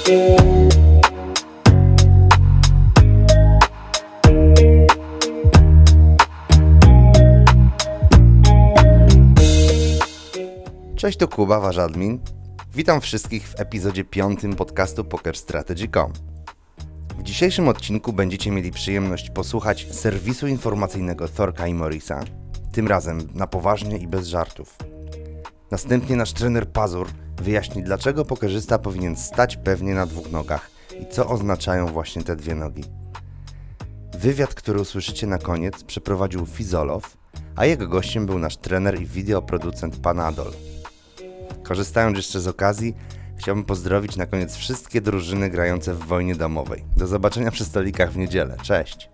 Cześć, to Kuba, wasz admin. Witam wszystkich w epizodzie 5 podcastu PokerStrategy.com. W dzisiejszym odcinku będziecie mieli przyjemność posłuchać serwisu informacyjnego Thorka i Morrisa, tym razem na poważnie i bez żartów. Następnie nasz trener Pazur wyjaśni, dlaczego pokerzysta powinien stać pewnie na dwóch nogach i co oznaczają właśnie te dwie nogi. Wywiad, który usłyszycie na koniec, przeprowadził Fizolow, a jego gościem był nasz trener i wideoproducent Pan Adol. Korzystając jeszcze z okazji, chciałbym pozdrowić na koniec wszystkie drużyny grające w wojnie domowej. Do zobaczenia przy stolikach w niedzielę. Cześć!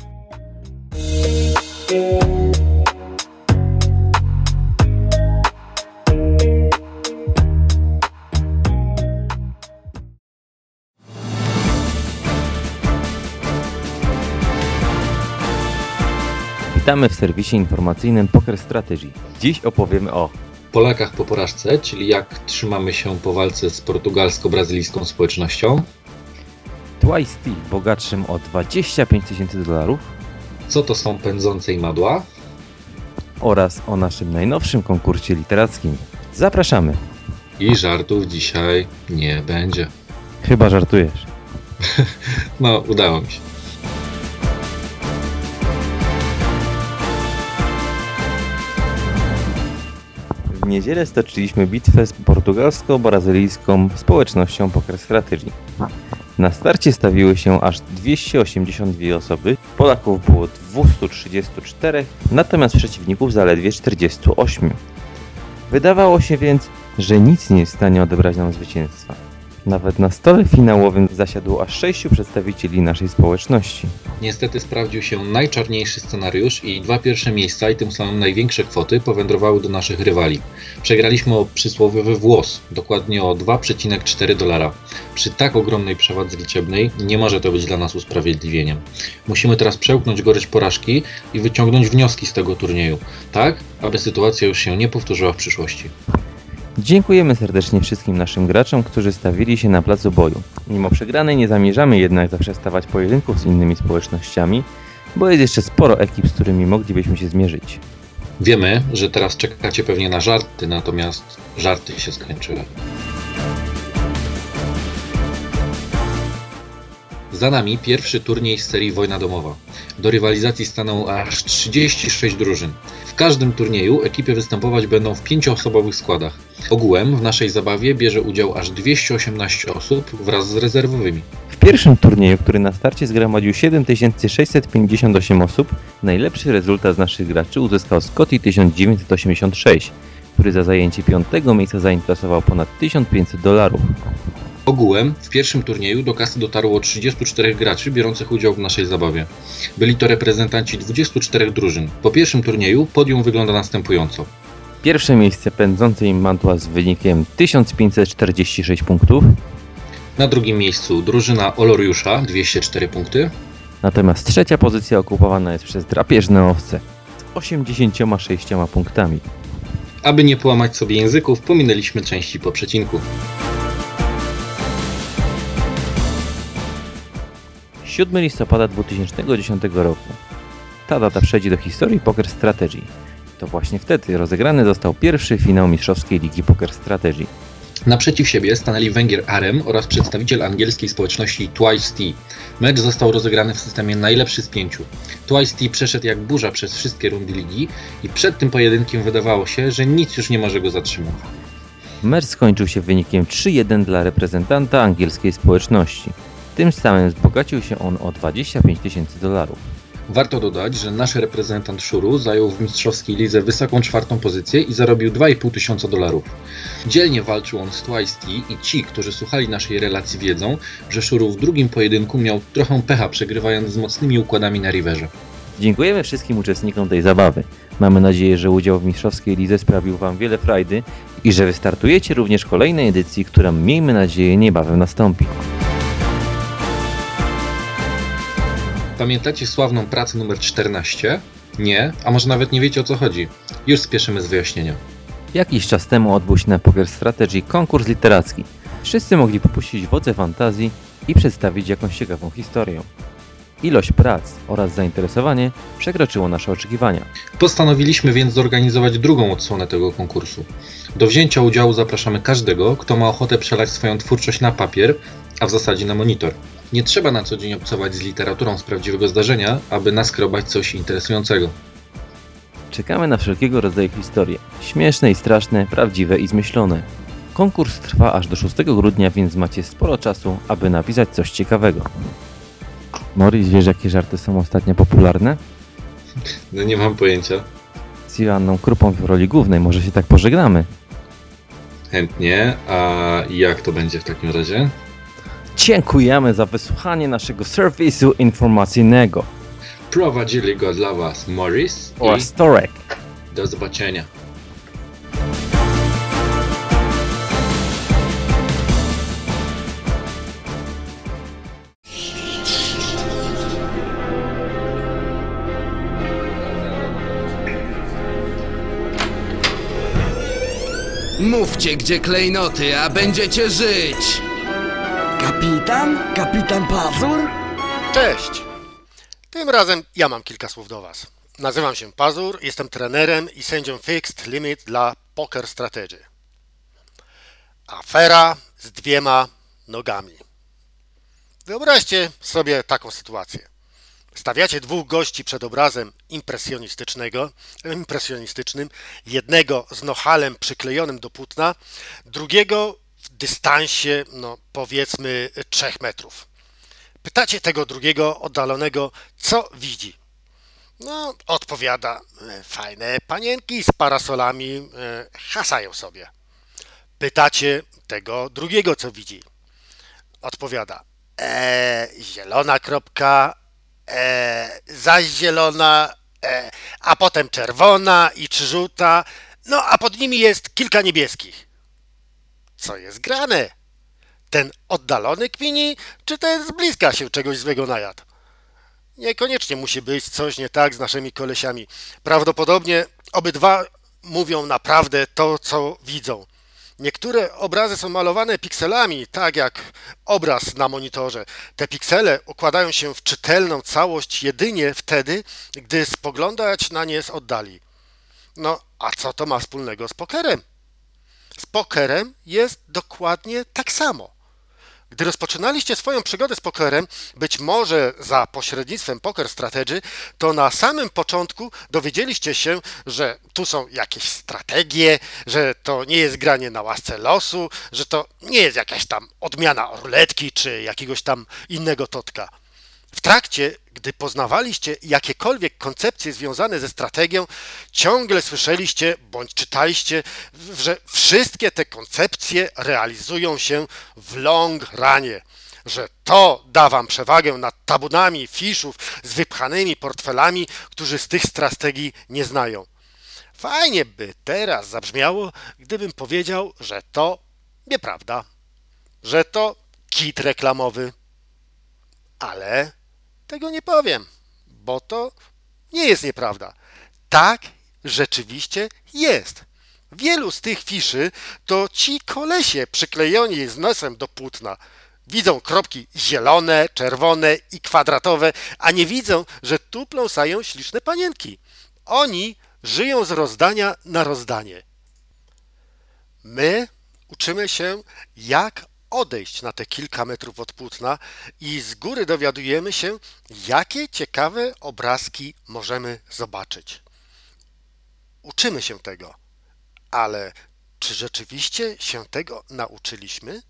Witamy w serwisie informacyjnym PokerStrategy. Dziś opowiemy o Polakach po porażce, czyli jak trzymamy się po walce z portugalsko-brazylijską społecznością. Twice T, bogatszym o $25 000, Co to są pędzące imadła? oraz o naszym najnowszym konkursie literackim. Zapraszamy! I żartów dzisiaj nie będzie. Chyba żartujesz. No, udało mi się. W niedzielę stoczyliśmy bitwę z portugalsko-brazylijską społecznością PokerStrategy. Na starcie stawiły się aż 282 osoby, Polaków było 234, natomiast przeciwników zaledwie 48. Wydawało się więc, że nic nie jest w stanie odebrać nam zwycięstwa. Nawet na stole finałowym zasiadło aż 6 przedstawicieli naszej społeczności. Niestety sprawdził się najczarniejszy scenariusz i 2 pierwsze miejsca i tym samym największe kwoty powędrowały do naszych rywali. Przegraliśmy o przysłowiowy włos, dokładnie o $2,4. Przy tak ogromnej przewadze liczebnej nie może to być dla nas usprawiedliwieniem. Musimy teraz przełknąć gorycz porażki i wyciągnąć wnioski z tego turnieju, tak aby sytuacja już się nie powtórzyła w przyszłości. Dziękujemy serdecznie wszystkim naszym graczom, którzy stawili się na placu boju. Mimo przegranej nie zamierzamy jednak zaprzestawać pojedynków z innymi społecznościami, bo jest jeszcze sporo ekip, z którymi moglibyśmy się zmierzyć. Wiemy, że teraz czekacie pewnie na żarty, natomiast żarty się skończyły. Za nami pierwszy turniej z serii Wojna Domowa. Do rywalizacji stanęło aż 36 drużyn. W każdym turnieju ekipy występować będą w 5-osobowych składach. Ogółem w naszej zabawie bierze udział aż 218 osób wraz z rezerwowymi. W pierwszym turnieju, który na starcie zgromadził 7658 osób, najlepszy rezultat z naszych graczy uzyskał Scotty 1986, który za zajęcie 5. miejsca zainkasował ponad $1500. Ogółem w pierwszym turnieju do kasy dotarło 34 graczy biorących udział w naszej zabawie. Byli to reprezentanci 24 drużyn. Po pierwszym turnieju podium wygląda następująco. Pierwsze miejsce pędzące im mantła z wynikiem 1546 punktów. Na drugim miejscu drużyna Oloriusza 204 punkty. Natomiast trzecia pozycja okupowana jest przez drapieżne owce z 86 punktami. Aby nie połamać sobie języków, pominęliśmy części po przecinku. 7 listopada 2010 roku. Ta data przejdzie do historii PokerStrategy. To właśnie wtedy rozegrany został pierwszy finał mistrzowskiej ligi PokerStrategy. Naprzeciw siebie stanęli Węgier Arem oraz przedstawiciel angielskiej społeczności Twice T. Mecz został rozegrany w systemie najlepszy z 5. Twice T przeszedł jak burza przez wszystkie rundy ligi i przed tym pojedynkiem wydawało się, że nic już nie może go zatrzymać. Mecz skończył się wynikiem 3-1 dla reprezentanta angielskiej społeczności. Tym samym wzbogacił się on o $25 000. Warto dodać, że nasz reprezentant Shuru zajął w mistrzowskiej lidze wysoką 4. pozycję i zarobił $2500. Dzielnie walczył on z Twice T i ci, którzy słuchali naszej relacji, wiedzą, że Shuru w drugim pojedynku miał trochę pecha, przegrywając z mocnymi układami na riverze. Dziękujemy wszystkim uczestnikom tej zabawy. Mamy nadzieję, że udział w mistrzowskiej lidze sprawił Wam wiele frajdy i że wystartujecie również w kolejnej edycji, która, miejmy nadzieję, niebawem nastąpi. Pamiętacie sławną pracę numer 14? Nie? A może nawet nie wiecie, o co chodzi? Już spieszymy z wyjaśnieniem. Jakiś czas temu odbył się na PokerStrategy konkurs literacki. Wszyscy mogli popuścić wodze fantazji i przedstawić jakąś ciekawą historię. Ilość prac oraz zainteresowanie przekroczyło nasze oczekiwania. Postanowiliśmy więc zorganizować drugą odsłonę tego konkursu. Do wzięcia udziału zapraszamy każdego, kto ma ochotę przelać swoją twórczość na papier, a w zasadzie na monitor. Nie trzeba na co dzień obcować z literaturą z prawdziwego zdarzenia, aby naskrobać coś interesującego. Czekamy na wszelkiego rodzaju historie. Śmieszne i straszne, prawdziwe i zmyślone. Konkurs trwa aż do 6 grudnia, więc macie sporo czasu, aby napisać coś ciekawego. Morris, wiesz jakie żarty są ostatnio popularne? No nie mam pojęcia. Z Joanną Krupą w roli głównej, może się tak pożegnamy. Chętnie, a jak to będzie w takim razie? Dziękujemy za wysłuchanie naszego serwisu informacyjnego. Prowadzili go dla Was Morris Oraz Torek. do zobaczenia. Mówcie, gdzie klejnoty, a będziecie żyć! Kapitan? Kapitan Pazur? Cześć! Tym razem ja mam kilka słów do Was. Nazywam się Pazur, jestem trenerem i sędzią Fixed Limit dla Poker Strategy. Afera z 2 nogami. Wyobraźcie sobie taką sytuację. Stawiacie 2 gości przed obrazem impresjonistycznym, jednego z nochalem przyklejonym do płótna, drugiego w dystansie, powiedzmy 3 metrów. Pytacie tego drugiego oddalonego, co widzi. Odpowiada, fajne panienki z parasolami hasają sobie. Pytacie tego drugiego, co widzi. Odpowiada, zielona kropka, zaś zielona, a potem czerwona i 3 żółta, a pod nimi jest kilka niebieskich. Co jest grane? Ten oddalony kmini, czy ten z bliska się czegoś złego najadł? Niekoniecznie musi być coś nie tak z naszymi kolesiami. Prawdopodobnie obydwa mówią naprawdę to, co widzą. Niektóre obrazy są malowane pikselami, tak jak obraz na monitorze. Te piksele układają się w czytelną całość jedynie wtedy, gdy spoglądać na nie z oddali. A co to ma wspólnego z pokerem? Z pokerem jest dokładnie tak samo. Gdy rozpoczynaliście swoją przygodę z pokerem, być może za pośrednictwem Poker Strategy, to na samym początku dowiedzieliście się, że tu są jakieś strategie, że to nie jest granie na łasce losu, że to nie jest jakaś tam odmiana ruletki czy jakiegoś tam innego totka. W trakcie, gdy poznawaliście jakiekolwiek koncepcje związane ze strategią, ciągle słyszeliście bądź czytaliście, że wszystkie te koncepcje realizują się w long runie, że to da wam przewagę nad tabunami fiszów z wypchanymi portfelami, którzy z tych strategii nie znają. Fajnie by teraz zabrzmiało, gdybym powiedział, że to nieprawda, że to kit reklamowy, ale tego nie powiem, bo to nie jest nieprawda. Tak rzeczywiście jest. Wielu z tych fiszy to ci kolesie przyklejoni z nosem do płótna. Widzą kropki zielone, czerwone i kwadratowe, a nie widzą, że tu pląsają śliczne panienki. Oni żyją z rozdania na rozdanie. My uczymy się, jak odejść na te kilka metrów od płótna i z góry dowiadujemy się, jakie ciekawe obrazki możemy zobaczyć. Uczymy się tego, ale czy rzeczywiście się tego nauczyliśmy?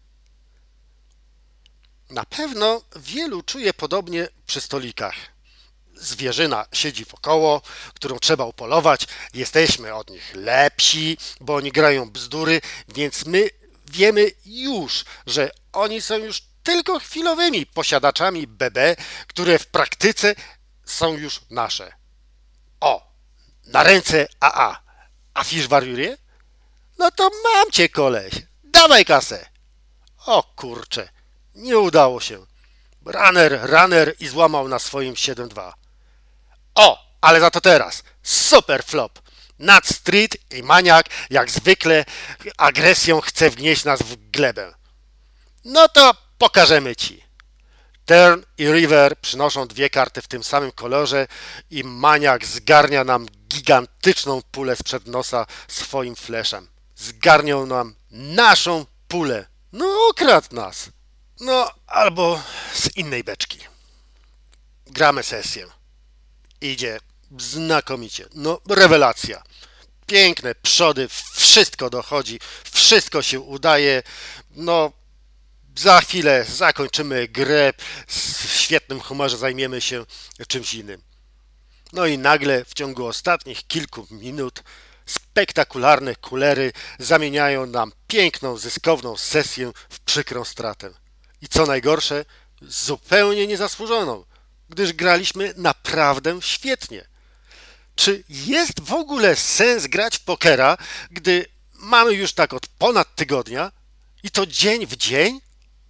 Na pewno wielu czuje podobnie przy stolikach. Zwierzyna siedzi wokoło, którą trzeba upolować, jesteśmy od nich lepsi, bo oni grają bzdury, więc my wiemy już, że oni są już tylko chwilowymi posiadaczami BB, które w praktyce są już nasze. O, na ręce AA. A fisz wariuje? No to mam cię, koleś. Dawaj kasę. O kurcze, nie udało się. Runner i złamał na swoim 7-2. O, ale za to teraz. Super flop. Nut Street i maniak jak zwykle agresją chce wgnieść nas w glebę. No to pokażemy ci. Turn i River przynoszą 2 karty w tym samym kolorze i maniak zgarnia nam gigantyczną pulę sprzed nosa swoim fleszem. Zgarnią nam naszą pulę. No okradł nas. No albo z innej beczki. Gramy sesję. Idzie znakomicie. No rewelacja. Piękne przody, wszystko dochodzi, wszystko się udaje. No za chwilę zakończymy grę, w świetnym humorze zajmiemy się czymś innym. No i nagle w ciągu ostatnich kilku minut spektakularne kulery zamieniają nam piękną, zyskowną sesję w przykrą stratę. I co najgorsze, zupełnie niezasłużoną, gdyż graliśmy naprawdę świetnie. Czy jest w ogóle sens grać w pokera, gdy mamy już tak od ponad tygodnia i to dzień w dzień?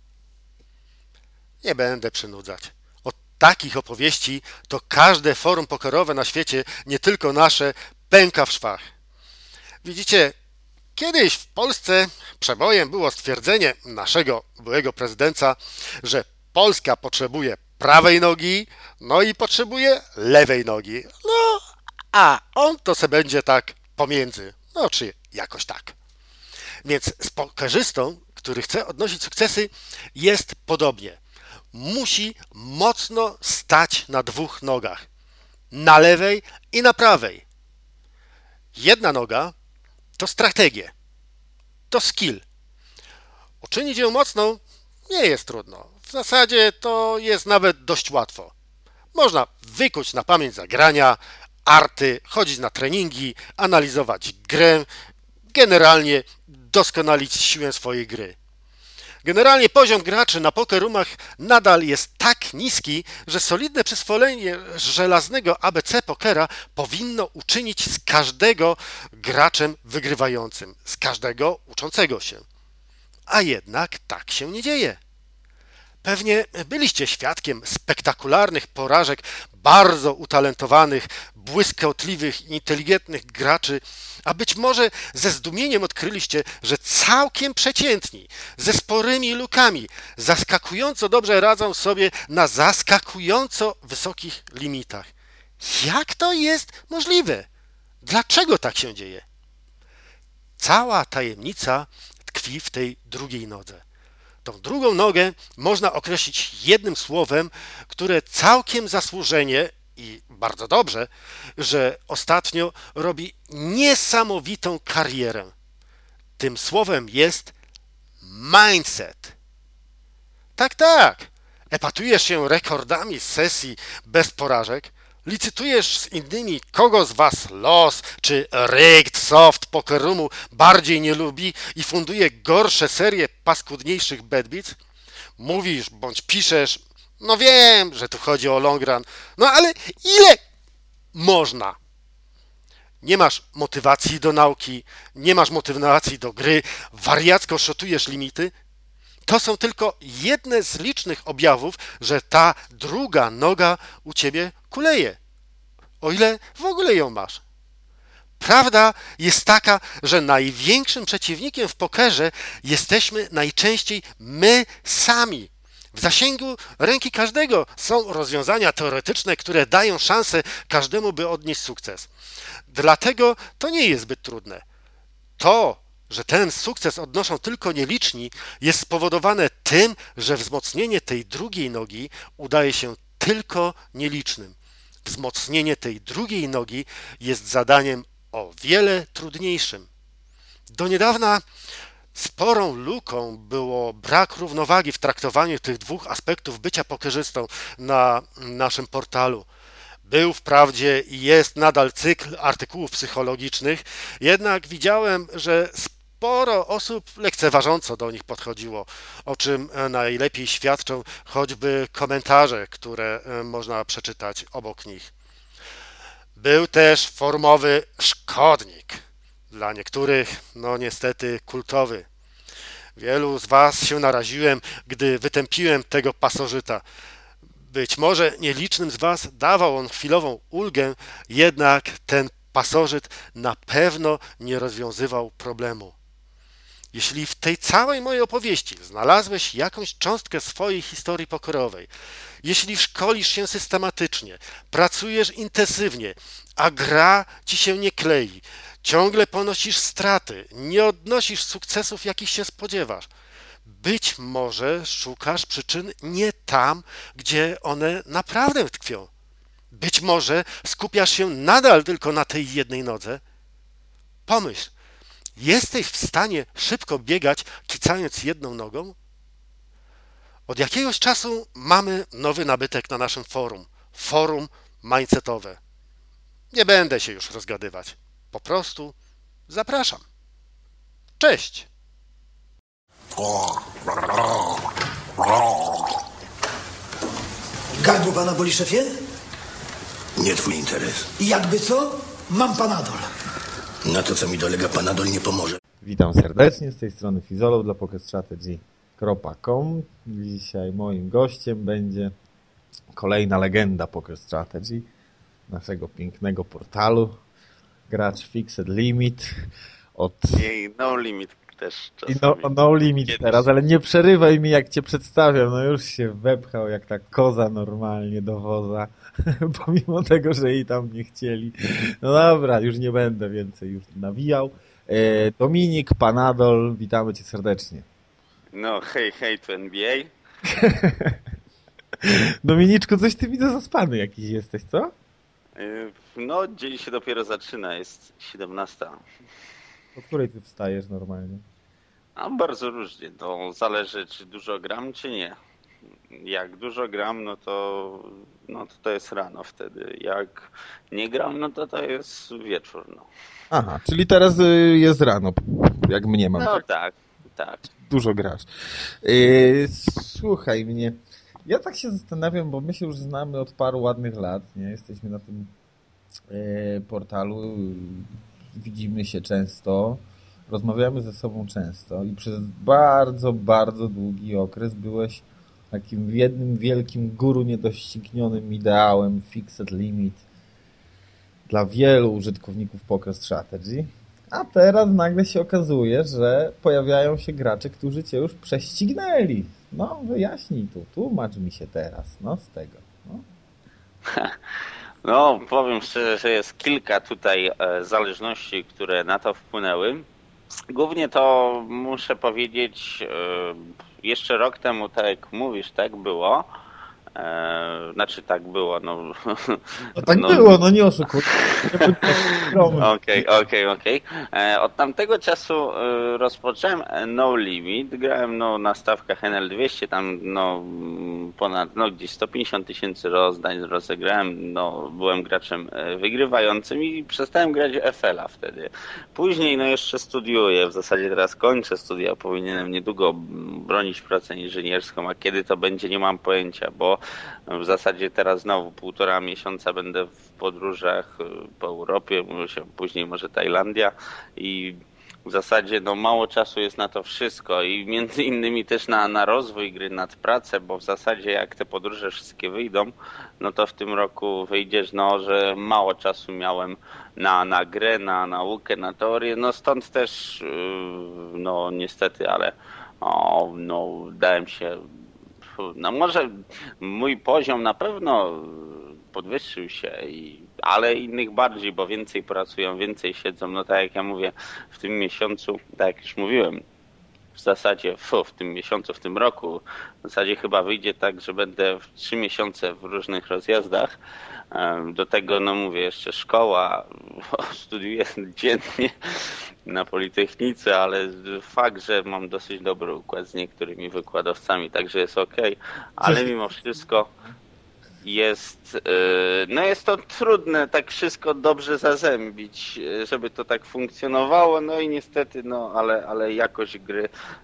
Nie będę przynudzać. Od takich opowieści to każde forum pokerowe na świecie, nie tylko nasze, pęka w szwach. Widzicie, kiedyś w Polsce przebojem było stwierdzenie naszego byłego prezydenta, że Polska potrzebuje prawej nogi, no i potrzebuje lewej nogi. No, a on to se będzie tak pomiędzy, no czy jakoś tak. Więc z pokerzystą, który chce odnosić sukcesy, jest podobnie. Musi mocno stać na 2 nogach. Na lewej i na prawej. Jedna noga to strategię. To skill. Uczynić ją mocną nie jest trudno. W zasadzie to jest nawet dość łatwo. Można wykuć na pamięć zagrania, arty, chodzić na treningi, analizować grę, generalnie doskonalić siłę swojej gry. Generalnie poziom graczy na pokerumach nadal jest tak niski, że solidne przyswojenie żelaznego ABC pokera powinno uczynić z każdego graczem wygrywającym, z każdego uczącego się. A jednak tak się nie dzieje. Pewnie byliście świadkiem spektakularnych porażek bardzo utalentowanych, błyskotliwych i inteligentnych graczy, a być może ze zdumieniem odkryliście, że całkiem przeciętni, ze sporymi lukami, zaskakująco dobrze radzą sobie na zaskakująco wysokich limitach. Jak to jest możliwe? Dlaczego tak się dzieje? Cała tajemnica tkwi w tej drugiej nodze. Tą drugą nogę można określić jednym słowem, które całkiem zasłużenie i bardzo dobrze, że ostatnio robi niesamowitą karierę. Tym słowem jest mindset. Tak, tak. Epatujesz się rekordami sesji bez porażek, licytujesz z innymi, kogo z was los czy rigged soft pokerumu bardziej nie lubi i funduje gorsze serie paskudniejszych bad beats. Mówisz bądź piszesz, no wiem, że tu chodzi o long run, no ale ile można? Nie masz motywacji do nauki, nie masz motywacji do gry, wariacko szotujesz limity. To są tylko jedne z licznych objawów, że ta druga noga u ciebie kuleje. O ile w ogóle ją masz. Prawda jest taka, że największym przeciwnikiem w pokerze jesteśmy najczęściej my sami. W zasięgu ręki każdego są rozwiązania teoretyczne, które dają szansę każdemu, by odnieść sukces. Dlatego to nie jest zbyt trudne. To, że ten sukces odnoszą tylko nieliczni, jest spowodowane tym, że wzmocnienie tej drugiej nogi udaje się tylko nielicznym. Wzmocnienie tej drugiej nogi jest zadaniem o wiele trudniejszym. Do niedawna sporą luką było brak równowagi w traktowaniu tych 2 aspektów bycia pokerzystą na naszym portalu. Był wprawdzie i jest nadal cykl artykułów psychologicznych, jednak widziałem, że sporo osób lekceważąco do nich podchodziło, o czym najlepiej świadczą choćby komentarze, które można przeczytać obok nich. Był też formowy szkodnik, dla niektórych, no niestety, kultowy. Wielu z was się naraziłem, gdy wytępiłem tego pasożyta. Być może nielicznym z was dawał on chwilową ulgę, jednak ten pasożyt na pewno nie rozwiązywał problemu. Jeśli w tej całej mojej opowieści znalazłeś jakąś cząstkę swojej historii pokorowej, jeśli szkolisz się systematycznie, pracujesz intensywnie, a gra ci się nie klei, ciągle ponosisz straty, nie odnosisz sukcesów, jakich się spodziewasz, być może szukasz przyczyn nie tam, gdzie one naprawdę tkwią. Być może skupiasz się nadal tylko na tej jednej nodze. Pomyśl, jesteś w stanie szybko biegać, kicając jedną nogą? Od jakiegoś czasu mamy nowy nabytek na naszym forum. Forum mindsetowe. Nie będę się już rozgadywać. Po prostu zapraszam. Cześć! Gardło pana boli, szefie? Nie twój interes. I jakby co? Mam panadol. Na to, co mi dolega, Panadol nie pomoże. Witam serdecznie, z tej strony Fizolog dla PokerStrategy.com. Dzisiaj moim gościem będzie kolejna legenda Poker Strategy, naszego pięknego portalu, gracz Fixed Limit od... I No Limit też I czasami. no limit Kiedyś. teraz, ale nie przerywaj mi, jak cię przedstawiam. No już się wepchał jak ta koza normalnie do woza, pomimo tego, że jej tam nie chcieli. No dobra, już nie będę więcej już nawijał. Dominik, Panadol, witamy cię serdecznie. No hej to NBA. Dominiczku, coś ty widzę zaspany jakiś jesteś, co? No dzień się dopiero zaczyna, jest 17. O której ty wstajesz normalnie? A bardzo różnie, to zależy czy dużo gram czy nie. Jak dużo gram, to jest rano wtedy. Jak nie gram, to jest wieczór. No, Aha, czyli teraz jest rano, jak mnie mam. no tak. Dużo grasz. Słuchaj mnie, ja tak się zastanawiam, bo my się już znamy od paru ładnych lat, nie? Jesteśmy na tym portalu, widzimy się często, rozmawiamy ze sobą często i przez bardzo, bardzo długi okres byłeś takim jednym wielkim guru niedoścignionym ideałem Fixed Limit dla wielu użytkowników Poker Strategy. A teraz nagle się okazuje, że pojawiają się gracze, którzy cię już prześcignęli. No, wyjaśnij tłumacz mi się teraz, z tego. No. No, powiem szczerze, że jest kilka tutaj zależności, które na to wpłynęły. Głównie to muszę powiedzieć, jeszcze rok temu, tak jak mówisz, tak było. Znaczy tak było, no. No tak było, nie oszukuj. Okej. Od tamtego czasu rozpocząłem No Limit, grałem na stawkach NL200, tam ponad gdzieś 150 000 rozdań rozegrałem, byłem graczem wygrywającym i przestałem grać w FL-a wtedy. Później jeszcze studiuję, w zasadzie teraz kończę studia, powinienem niedługo bronić pracę inżynierską, a kiedy to będzie nie mam pojęcia, bo w zasadzie teraz znowu 1,5 miesiąca będę w podróżach po Europie, później może Tajlandia i w zasadzie mało czasu jest na to wszystko i między innymi też na rozwój gry, nad pracę, bo w zasadzie jak te podróże wszystkie wyjdą, to w tym roku wyjdziesz, że mało czasu miałem na grę, na naukę, na teorię, stąd też niestety, ale dałem się. Może mój poziom na pewno podwyższył się, ale innych bardziej, bo więcej pracują, więcej siedzą. Tak jak ja mówię, w tym miesiącu, tak jak już mówiłem, w zasadzie w tym miesiącu, w tym roku, w zasadzie chyba wyjdzie tak, że będę w 3 miesiące w różnych rozjazdach. Do tego, mówię, jeszcze szkoła, studiuję dziennie na Politechnice, ale fakt, że mam dosyć dobry układ z niektórymi wykładowcami, także jest okej, ale mimo wszystko jest to trudne tak wszystko dobrze zazębić, żeby to tak funkcjonowało, i niestety, ale jakość gry,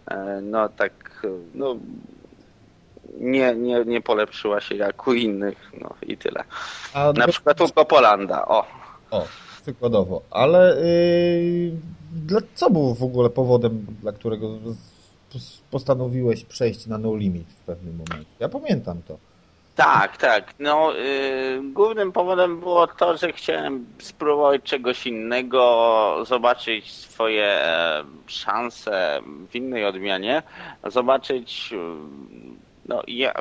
nie polepszyła się jak u innych, i tyle. Na przykład u Popolanda, O, przykładowo. Ale co było w ogóle powodem, dla którego postanowiłeś przejść na No Limit w pewnym momencie? Ja pamiętam to. Tak, tak. No, głównym powodem było to, że chciałem spróbować czegoś innego, zobaczyć swoje szanse w innej odmianie, zobaczyć no,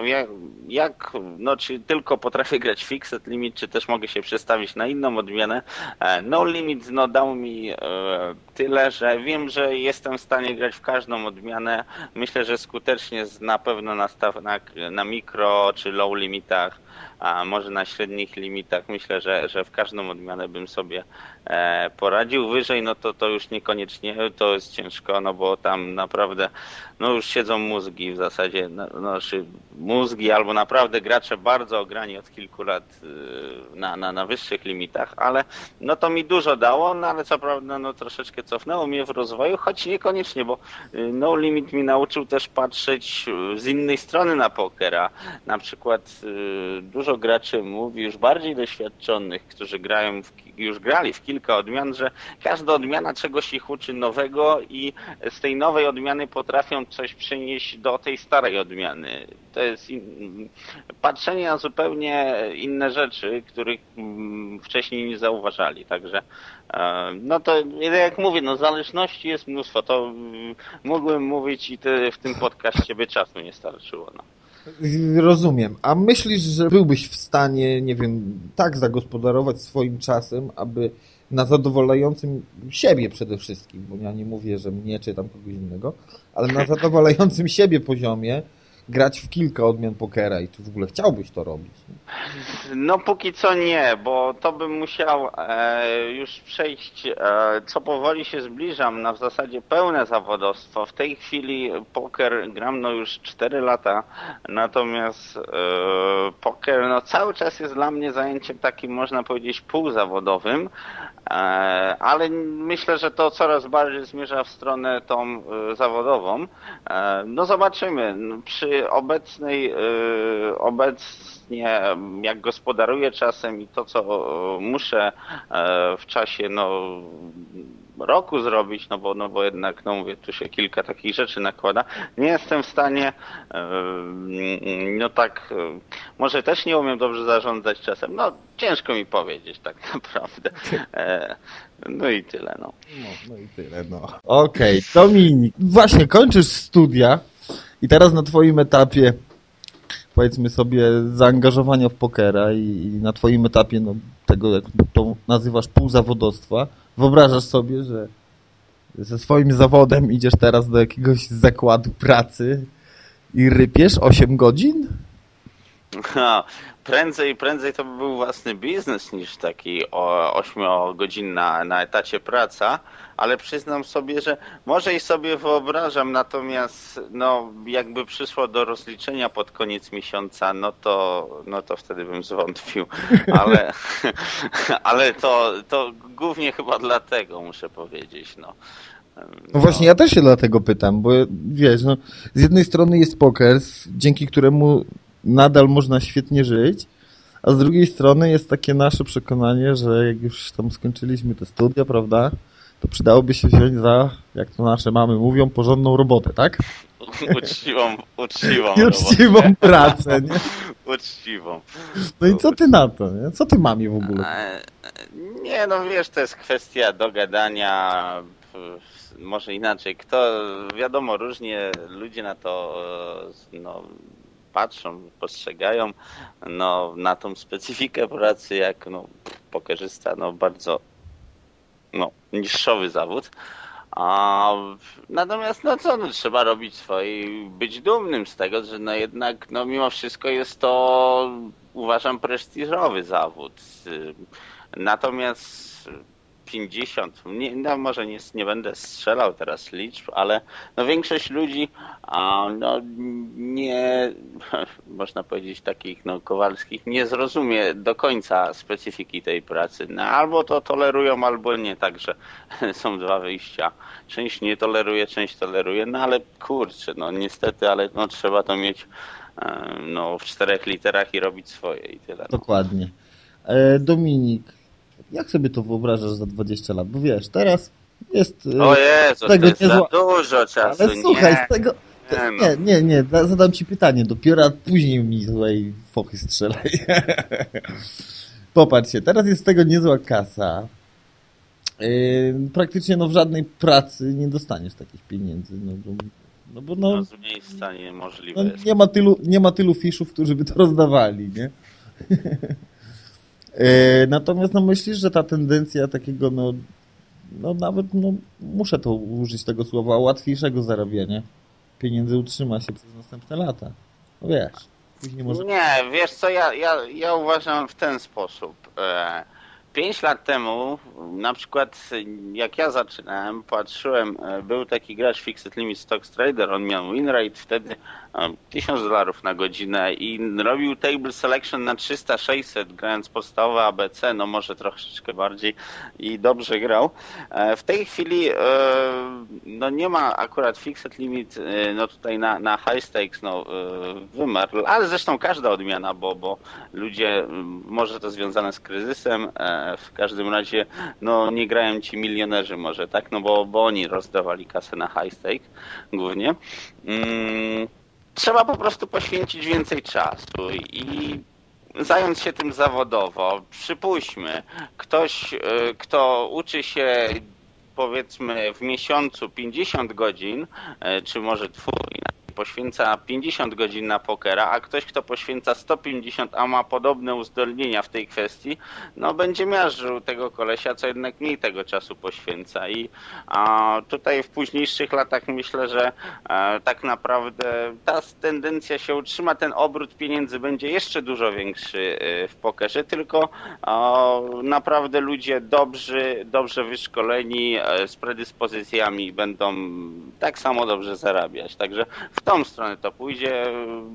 czy tylko potrafię grać Fixed Limit, czy też mogę się przestawić na inną odmianę. No Limit dał mi tyle, że wiem, że jestem w stanie grać w każdą odmianę. Myślę, że skutecznie na pewno na mikro czy low limitach, a może na średnich limitach. Myślę, że w każdą odmianę bym sobie poradził. Wyżej, no to już niekoniecznie, to jest ciężko, no bo tam naprawdę no już siedzą mózgi w zasadzie, mózgi albo naprawdę gracze bardzo ograni od kilku lat na wyższych limitach, ale no to mi dużo dało, no ale co prawda no troszeczkę cofnęło mnie w rozwoju, choć niekoniecznie, bo No Limit mi nauczył też patrzeć z innej strony na pokera. Na przykład dużo graczy mówi, już bardziej doświadczonych, którzy już grali w kilka odmian, że każda odmiana czegoś ich uczy nowego i z tej nowej odmiany potrafią coś przynieść do tej starej odmiany. To jest patrzenie na zupełnie inne rzeczy, których wcześniej nie zauważali. Także no to jak mówię, no zależności jest mnóstwo. To mógłbym mówić i w tym podcaście by czasu nie starczyło. No. Rozumiem. A myślisz, że byłbyś w stanie, nie wiem, tak zagospodarować swoim czasem, aby na zadowalającym siebie przede wszystkim, bo ja nie mówię, że mnie czy tam kogoś innego, ale na zadowalającym siebie poziomie grać w kilka odmian pokera i czy w ogóle chciałbyś to robić? No póki co nie, bo to bym musiał już przejść, co powoli się zbliżam na w zasadzie pełne zawodowstwo. W tej chwili poker gram no już 4 lata, natomiast poker no cały czas jest dla mnie zajęciem takim, można powiedzieć, półzawodowym, ale myślę, że to coraz bardziej zmierza w stronę tą zawodową. No zobaczymy. Przy obecnie jak gospodaruję czasem i to, co muszę w czasie roku zrobić, no bo jednak, no mówię, tu się kilka takich rzeczy nakłada. Nie jestem w stanie, może też nie umiem dobrze zarządzać czasem. No, ciężko mi powiedzieć tak naprawdę. No i tyle, no. No i tyle, no. Okej, Dominik, właśnie kończysz studia i teraz na twoim etapie, powiedzmy sobie, zaangażowania w pokera i na twoim etapie, no, tego, jak to nazywasz, półzawodowstwa, wyobrażasz sobie, że ze swoim zawodem idziesz teraz do jakiegoś zakładu pracy i rypiesz 8 godzin? Prędzej to by był własny biznes niż taki 8-godzinna na etacie praca, ale przyznam sobie, że może i sobie wyobrażam, natomiast no jakby przyszło do rozliczenia pod koniec miesiąca, no to wtedy bym zwątpił, ale to głównie chyba dlatego muszę powiedzieć, no. No właśnie, ja też się dlatego pytam, bo wiesz, no, z jednej strony jest poker, dzięki któremu nadal można świetnie żyć, a z drugiej strony jest takie nasze przekonanie, że jak już tam skończyliśmy te studia, prawda, to przydałoby się wziąć za, jak to nasze mamy mówią, porządną robotę, tak? Uczciwą pracę, nie? Uczciwą. No i co ty na to, nie? Co ty mamie w ogóle? Nie, no wiesz, to jest kwestia dogadania, może inaczej. Wiadomo, różnie ludzie na to, patrzą, postrzegają, na tą specyfikę pracy, jak, pokerzysta, bardzo, niższowy zawód. Natomiast, trzeba robić swoje i być dumnym z tego, że jednak, mimo wszystko jest to, uważam, prestiżowy zawód. Natomiast 50, może nie będę strzelał teraz liczb, ale większość ludzi, nie, można powiedzieć, takich kowalskich, nie zrozumie do końca specyfiki tej pracy. Albo to tolerują, albo nie, także są dwa wyjścia. Część nie toleruje, część toleruje, ale kurczę, niestety, ale trzeba to mieć w 4 literach i robić swoje i tyle. Dokładnie. Dominik, jak sobie to wyobrażasz za 20 lat? Bo wiesz, teraz jest... O Jezu, to jest za dużo czasu, ale słuchaj, Nie, zadam ci pytanie dopiero, a później mi tutaj fochy strzelaj. Popatrzcie, teraz jest z tego niezła kasa. Praktycznie w żadnej pracy nie dostaniesz takich pieniędzy. Bo z miejsca niemożliwe jest. Nie ma tylu fiszów, którzy by to rozdawali, nie? Natomiast myślisz, że ta tendencja takiego nawet muszę to użyć tego słowa, łatwiejszego zarabiania pieniędzy utrzyma się przez następne lata. Wiesz, później może... Nie, wiesz co, ja uważam w ten sposób. 5 lat temu, na przykład jak ja zaczynałem, patrzyłem, był taki gracz Fixed Limit Stocks Trader, on miał win rate wtedy $1000 na godzinę i robił table selection na 300-600, grając podstawowe ABC, może troszeczkę bardziej i dobrze grał. W tej chwili nie ma akurat Fixed Limit tutaj na high stakes wymarł, ale zresztą każda odmiana, bo ludzie, może to związane z kryzysem, w każdym razie nie grają ci milionerzy może, tak? Bo oni rozdawali kasę na high stake głównie. Trzeba po prostu poświęcić więcej czasu i zająć się tym zawodowo. Przypuśćmy, ktoś, kto uczy się powiedzmy w miesiącu 50 godzin, czy może poświęca 50 godzin na pokera, a ktoś, kto poświęca 150, a ma podobne uzdolnienia w tej kwestii, będzie miażdżył tego kolesia, co jednak mniej tego czasu poświęca. I tutaj w późniejszych latach myślę, że tak naprawdę ta tendencja się utrzyma, ten obrót pieniędzy będzie jeszcze dużo większy w pokerze, tylko naprawdę ludzie dobrze wyszkoleni, z predyspozycjami będą tak samo dobrze zarabiać. Także w tą stronę to pójdzie,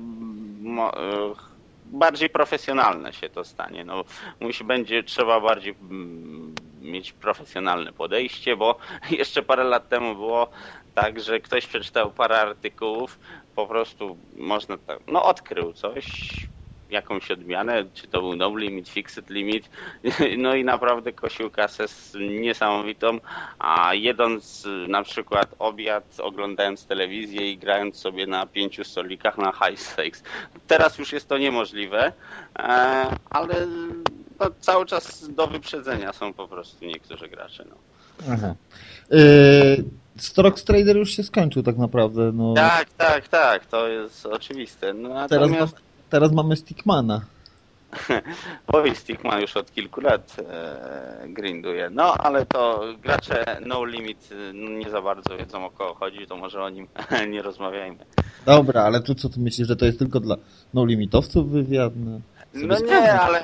bardziej profesjonalne się to stanie. Będzie trzeba bardziej mieć profesjonalne podejście, bo jeszcze parę lat temu było tak, że ktoś przeczytał parę artykułów, po prostu można odkrył coś, jakąś odmianę, czy to był no limit, fixed limit, i naprawdę kosił kasę niesamowitą, a jedząc na przykład obiad, oglądając telewizję i grając sobie na 5 stolikach na high stakes. Teraz już jest to niemożliwe, ale cały czas do wyprzedzenia są po prostu niektórzy gracze. Aha. Stocks Trader już się skończył tak naprawdę. Tak, to jest oczywiste. Teraz mamy Stickmana. Oj, Stickman już od kilku lat grinduje. Ale to gracze No Limit nie za bardzo wiedzą, o kogo chodzi, to może o nim nie rozmawiajmy. Dobra, ale tu co ty myślisz, że to jest tylko dla No Limitowców wywiad? Nie, ale...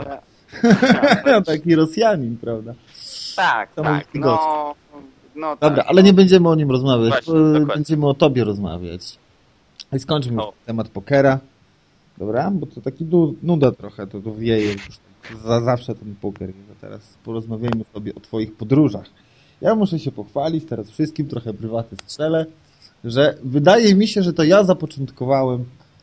Taki Rosjanin, prawda? Tak. Dobra, ale nie będziemy o nim rozmawiać. Właśnie. Będziemy o tobie rozmawiać. I skończmy temat pokera. Dobra? Bo to taki nuda trochę, to wieje już za zawsze ten poker. Teraz porozmawiajmy sobie o twoich podróżach. Ja muszę się pochwalić teraz wszystkim, trochę prywatnie strzelę, że wydaje mi się, że to ja zapoczątkowałem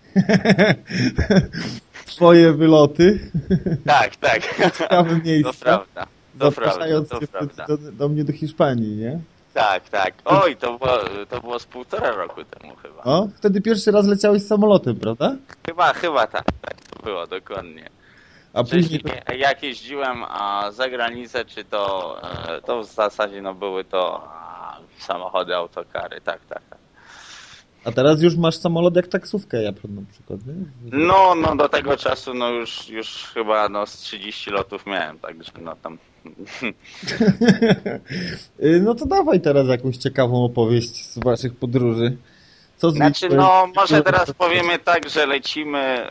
twoje wyloty. Tak. W ciekawe miejsca. To prawda. Zapraszając cię do mnie do Hiszpanii, nie? Tak. Oj, to było z 1,5 roku temu chyba. Wtedy pierwszy raz leciałeś samolotem, prawda? Chyba tak to było, dokładnie. A później... Jak jeździłem za granicę, czy to w zasadzie były to samochody, autokary, tak. A teraz już masz samolot jak taksówkę, ja na przykład, nie? Do tego czasu już chyba z 30 lotów miałem, także tam... No to dawaj teraz jakąś ciekawą opowieść z waszych podróży. Może teraz powiemy tak, że lecimy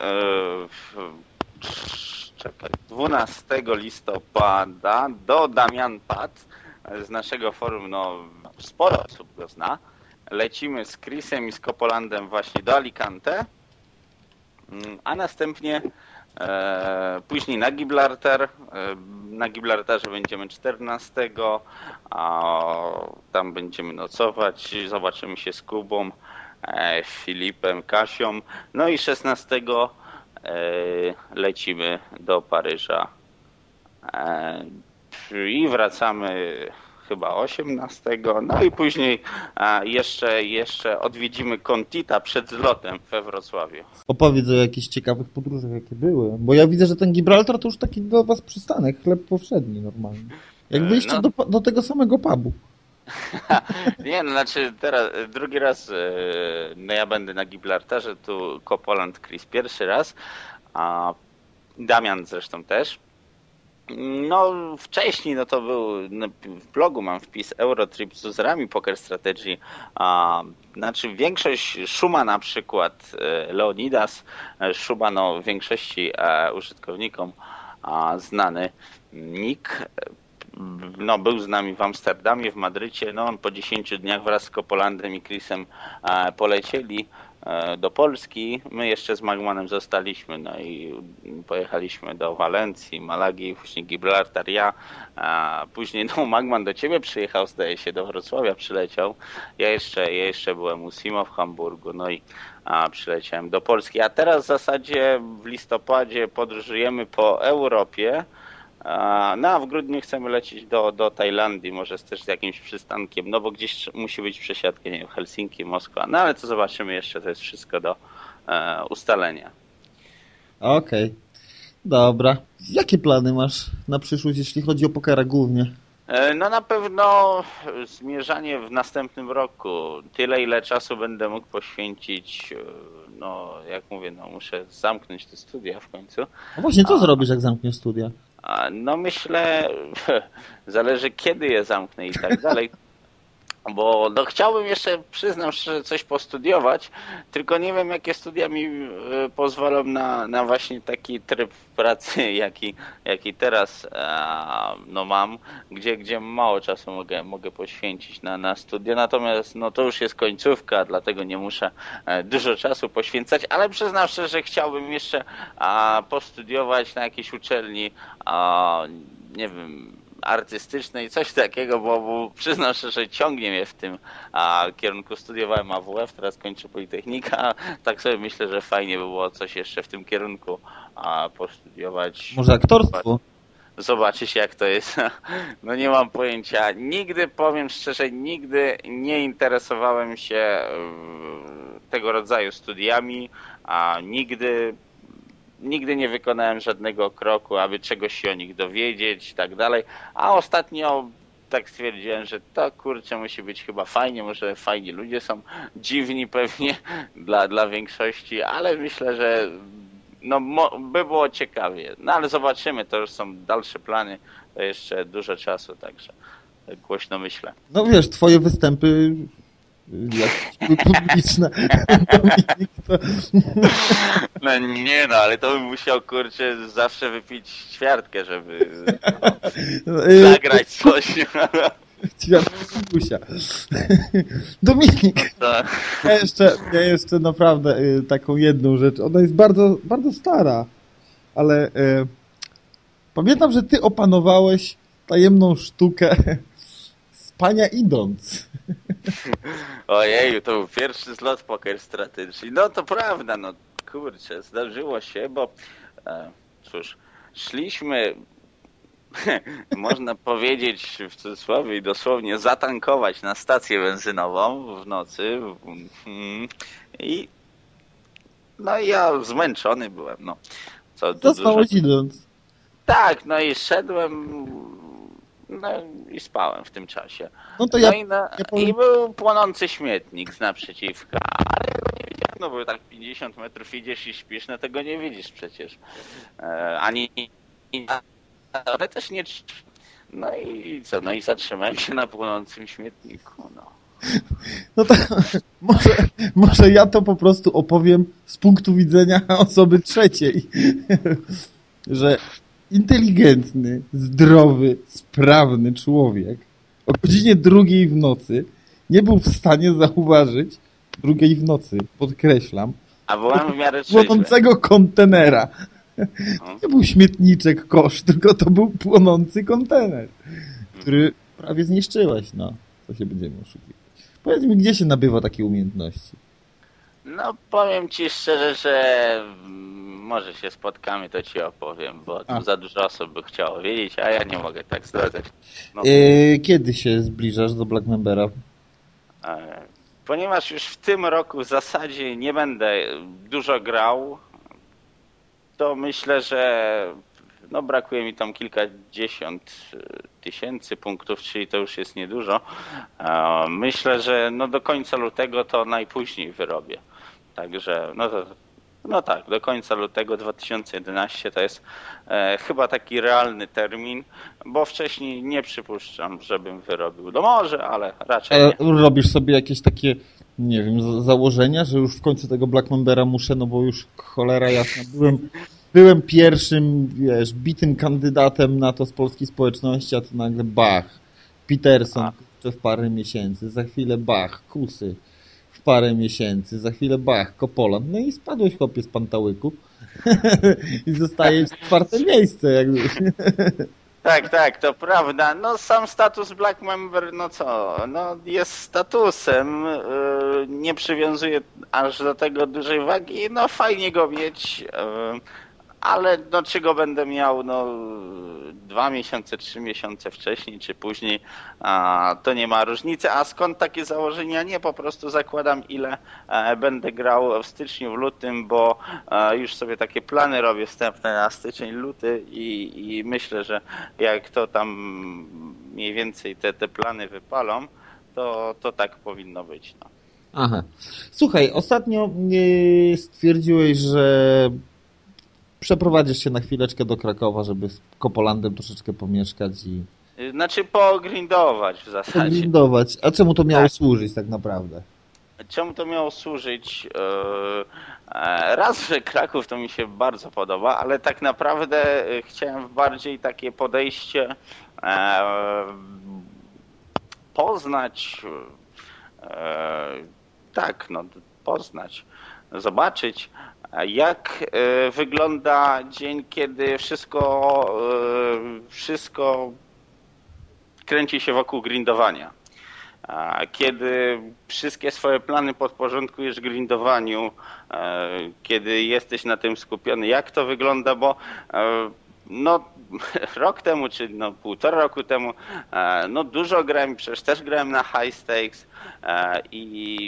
12 listopada do Damian Pad z naszego forum, sporo osób go zna. Lecimy z Chrisem i z Copolandem właśnie do Alicante, a następnie później na Gibraltar. Na Gibraltarze będziemy 14, tam będziemy nocować, zobaczymy się z Kubą, Filipem, Kasią, i 16 lecimy do Paryża i wracamy chyba 18, no i później jeszcze odwiedzimy Kontita przed zlotem we Wrocławiu. Opowiedz o jakichś ciekawych podróżach, jakie były. Bo ja widzę, że ten Gibraltar to już taki do was przystanek, chleb powszedni normalnie. Jak byliście do tego samego pubu. Nie, no znaczy teraz drugi raz no ja będę na Gibraltarze, tu Kopoland Chris pierwszy raz, a Damian zresztą też. No wcześniej no to był, no, w blogu mam wpis Eurotrip z uzerami Poker Strategy, znaczy większość Szuma na przykład, Leonidas Szuma, no w większości użytkownikom znany nick, no był z nami w Amsterdamie, w Madrycie, no on po 10 dniach wraz z Kopolandem i Chrisem polecieli do Polski, my jeszcze z Magmanem zostaliśmy, no i pojechaliśmy do Walencji, Malagi, później Gibraltar, później no Magman do ciebie przyjechał, zdaje się, do Wrocławia przyleciał, ja jeszcze byłem u Simo w Hamburgu, no i przyleciałem do Polski, a teraz w zasadzie w listopadzie podróżujemy po Europie. No a w grudniu chcemy lecieć do Tajlandii, może też z jakimś przystankiem, no bo gdzieś musi być przesiadka, nie wiem, Helsinki, Moskwa, no ale to zobaczymy jeszcze, to jest wszystko do ustalenia. Okej. Dobra. Jakie plany masz na przyszłość, jeśli chodzi o pokera głównie? No na pewno zmierzanie w następnym roku. Tyle, ile czasu będę mógł poświęcić, no jak mówię, no muszę zamknąć te studia w końcu. A właśnie, co zrobisz, jak zamkniesz studia? No myślę, zależy kiedy je zamknę i tak dalej. Bo no, chciałbym jeszcze, przyznam szczerze, coś postudiować, tylko nie wiem, jakie studia mi pozwolą na właśnie taki tryb pracy, jaki teraz no, mam, gdzie mało czasu mogę poświęcić na studia. Natomiast no, to już jest końcówka, dlatego nie muszę dużo czasu poświęcać, ale przyznam szczerze, że chciałbym jeszcze postudiować na jakiejś uczelni, nie wiem, artystycznej, coś takiego, bo przyznam szczerze, że ciągnie mnie w tym kierunku. Studiowałem AWF, teraz kończę Politechnika, tak sobie myślę, że fajnie by było coś jeszcze w tym kierunku postudiować. Może aktorstwo? Zobaczyć, jak to jest. No nie mam pojęcia. Nigdy, powiem szczerze, nigdy nie interesowałem się tego rodzaju studiami, a nigdy nie wykonałem żadnego kroku, aby czegoś się o nich dowiedzieć i tak dalej, a ostatnio tak stwierdziłem, że to kurczę musi być chyba fajnie, może fajni ludzie są, dziwni pewnie dla większości, ale myślę, że no by było ciekawie, no ale zobaczymy, to już są dalsze plany, to jeszcze dużo czasu, także głośno myślę. No wiesz, twoje występy jak publiczne. No nie no, ale to bym musiał, kurczę, zawsze wypić ćwiartkę, żeby zagrać coś. Ćwiartkę Gusia. Dominik, No ja jeszcze naprawdę taką jedną rzecz. Ona jest bardzo, bardzo stara, ale pamiętam, że ty opanowałeś tajemną sztukę spania idąc. Ojeju, to był pierwszy zlot Poker Strategy. No to prawda, no kurczę, zdarzyło się, bo cóż, szliśmy, można powiedzieć w cudzysłowie i dosłownie zatankować na stację benzynową w nocy i no ja zmęczony byłem, no. Co spałeś idąc? Tak, no i szedłem, no i spałem w tym czasie. No to I był płonący śmietnik z naprzeciwka, ale nie wiedziałem, no bo tak 50 metrów idziesz i śpisz, no tego nie widzisz przecież. Ale też nie... No i co, no i zatrzymałem się na płonącym śmietniku, no. No to może ja to po prostu opowiem z punktu widzenia osoby trzeciej, że inteligentny, zdrowy, sprawny człowiek o godzinie 2 w nocy nie był w stanie zauważyć 2 w nocy, podkreślam, a byłem w miarę trzeźwy. Płonącego kontenera. Nie był śmietniczek kosz, tylko to był płonący kontener, który prawie zniszczyłeś, no. Co się będziemy oszukiwać. Powiedz mi, gdzie się nabywa takie umiejętności? No powiem ci szczerze, że może się spotkamy, to ci opowiem, bo tu za dużo osób by chciało wiedzieć, a ja nie mogę tak zdradzać. No. Kiedy się zbliżasz do Black Membera? Ponieważ już w tym roku w zasadzie nie będę dużo grał, to myślę, że no brakuje mi tam kilkadziesiąt tysięcy punktów, czyli to już jest niedużo. Myślę, że no do końca lutego to najpóźniej wyrobię. Także no tak, do końca lutego 2011 to jest chyba taki realny termin, bo wcześniej nie przypuszczam, żebym wyrobił. No może, ale raczej nie. Robisz sobie jakieś takie, nie wiem, założenia, że już w końcu tego Black Membera muszę, no bo już cholera jasna, byłem pierwszym, wiesz, bitym kandydatem na to z polskiej społeczności, a to nagle bach, Peterson w parę miesięcy, za chwilę bach, Kusy w parę miesięcy, za chwilę bach, Kopoland, no i spadłeś chłopie z pantałyku i zostaje 4. miejsce jakby. Tak, to prawda. No sam status Black Member, no co, no jest statusem, nie przywiązuję aż do tego dużej wagi, no fajnie go mieć, ale no czy go będę miał 2 miesiące, 3 miesiące wcześniej czy później, to nie ma różnicy. A skąd takie założenia? Nie, po prostu zakładam ile będę grał w styczniu, w lutym, bo już sobie takie plany robię wstępne na styczeń, luty i myślę, że jak to tam mniej więcej te plany wypalą, to tak powinno być. No. Aha. Słuchaj, ostatnio stwierdziłeś, że przeprowadzisz się na chwileczkę do Krakowa, żeby z Kopolandem troszeczkę pomieszkać i... Znaczy pogrindować w zasadzie. Pogrindować. A czemu to miało służyć tak naprawdę? Czemu to miało służyć? Raz, że Kraków to mi się bardzo podoba, ale tak naprawdę chciałem bardziej takie podejście poznać, poznać, zobaczyć, jak wygląda dzień, kiedy wszystko kręci się wokół grindowania. Kiedy wszystkie swoje plany podporządkujesz grindowaniu, kiedy jesteś na tym skupiony, jak to wygląda, bo rok temu, czy 1,5 roku temu, dużo grałem, przecież też grałem na high stakes i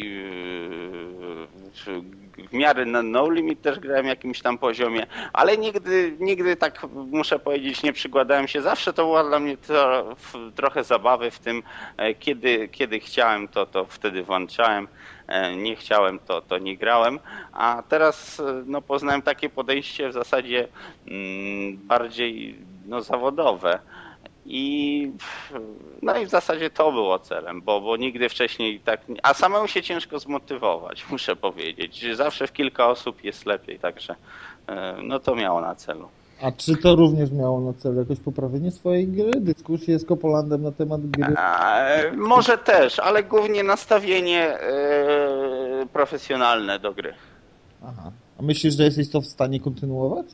w miarę na no limit też grałem w jakimś tam poziomie, ale nigdy tak muszę powiedzieć nie przykładałem się. Zawsze to była dla mnie trochę zabawy w tym, kiedy chciałem to wtedy włączałem, nie chciałem to nie grałem, a teraz poznałem takie podejście w zasadzie bardziej zawodowe. I w zasadzie to było celem, bo nigdy wcześniej tak, a samemu się ciężko zmotywować, muszę powiedzieć, że zawsze w kilka osób jest lepiej, także to miało na celu. A czy to również miało na celu jakoś poprawienie swojej gry, dyskusje z Kopolandem na temat gry? Może też, ale głównie nastawienie profesjonalne do gry. Aha. A myślisz, że jesteś to w stanie kontynuować?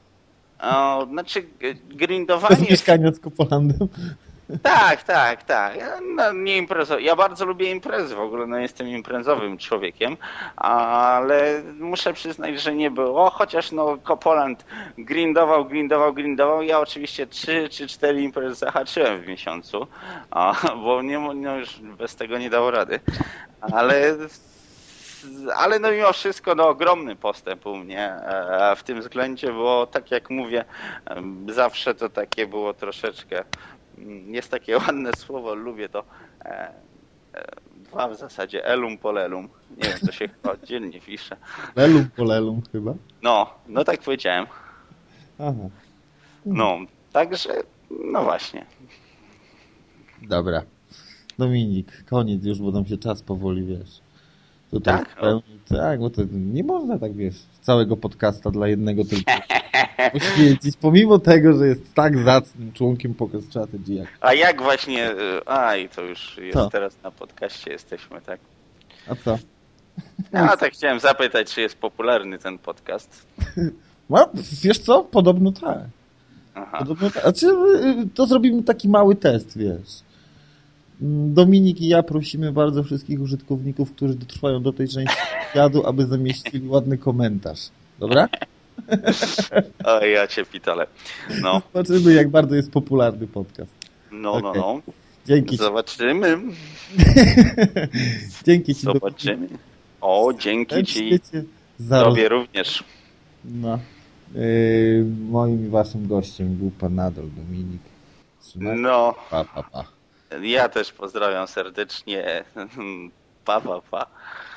Grindowanie... Bez mieszkania z Kopolandem? Tak. Ja bardzo lubię imprezy w ogóle, jestem imprezowym człowiekiem, ale muszę przyznać, że nie było, chociaż Kopoland grindował. Ja oczywiście 3 czy 4 imprezy zahaczyłem w miesiącu, bo już bez tego nie dało rady, ale mimo wszystko ogromny postęp u mnie w tym względzie, bo tak jak mówię, zawsze to takie było troszeczkę, jest takie ładne słowo, lubię to, dwa w zasadzie, elum polelum, nie wiem, to się chyba oddzielnie pisze. Lelum polelum chyba? No tak powiedziałem. Aha. Także, właśnie. Dobra. Dominik, koniec już, bo nam się czas powoli, wiesz. Tutaj tak, bo to nie można tak, wiesz, całego podcasta dla jednego tylko poświęcić, pomimo tego, że jest tak zacnym członkiem Poker Strategy. A jak właśnie, to już jest teraz na podcaście jesteśmy, tak? A co? Tak chciałem zapytać, czy jest popularny ten podcast. Wiesz co? Podobno tak. Aha. To zrobimy taki mały test, wiesz. Dominik i ja prosimy bardzo wszystkich użytkowników, którzy dotrwają do tej części wywiadu, aby zamieścili ładny komentarz. Dobra? O, ja cię pitole. No, Zobaczymy, jak bardzo jest popularny podcast. no. Dzięki ci. Zobaczymy. Dzięki ci. Zobaczymy. O, dzięki ci. Świecie za Tobie również. No. Moim i waszym gościem był pan Nadol Dominik. Trzymajcie. No, Pa. ja też pozdrawiam serdecznie. Pa.